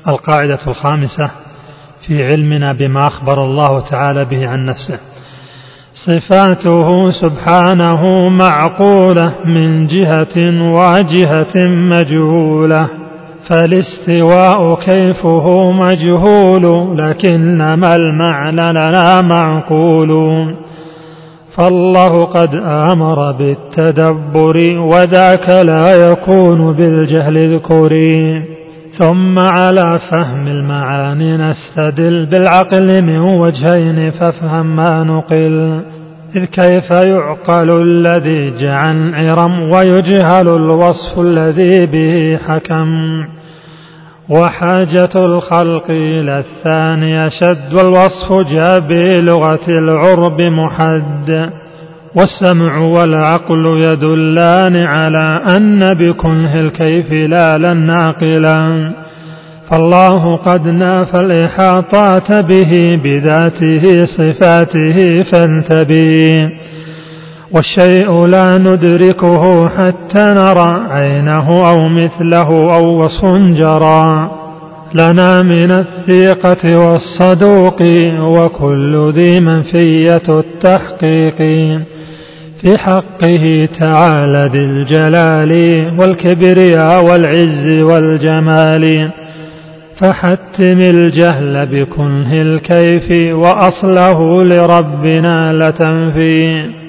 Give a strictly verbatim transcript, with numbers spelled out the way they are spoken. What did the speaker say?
القاعدة الخامسة في علمنا بما أخبر الله تعالى به عن نفسه: صفاته سبحانه معقولة من جهة وجهة مجهولة، فالاستواء كيفه مجهول لكنما المعنى لنا معقول. فالله قد أمر بالتدبر وذاك لا يكون بالجهل الذكري. ثم على فهم المعاني نستدل بالعقل من وجهين فافهم ما نقل. إذ كيف يعقل الذي جعل عرم ويجهل الوصف الذي به حكم، وحاجة الخلق إلى الثاني شد والوصف جاء بلغة العرب محد، والسمع والعقل يدلان على أن بكنه الكيف لا لن ناقلا. فالله قد نافى الإحاطات به بذاته صفاته فانتبه، والشيء لا ندركه حتى نرى عينه أو مثله أو وصف جرى. لنا من الثقة والصدوق وكل ذي منفية التحقيق في حقه تعالى ذي الجلال والكبرياء والعز والجمال. فحتم الجهل بكنه الكيف وأصله لربنا لتنفي.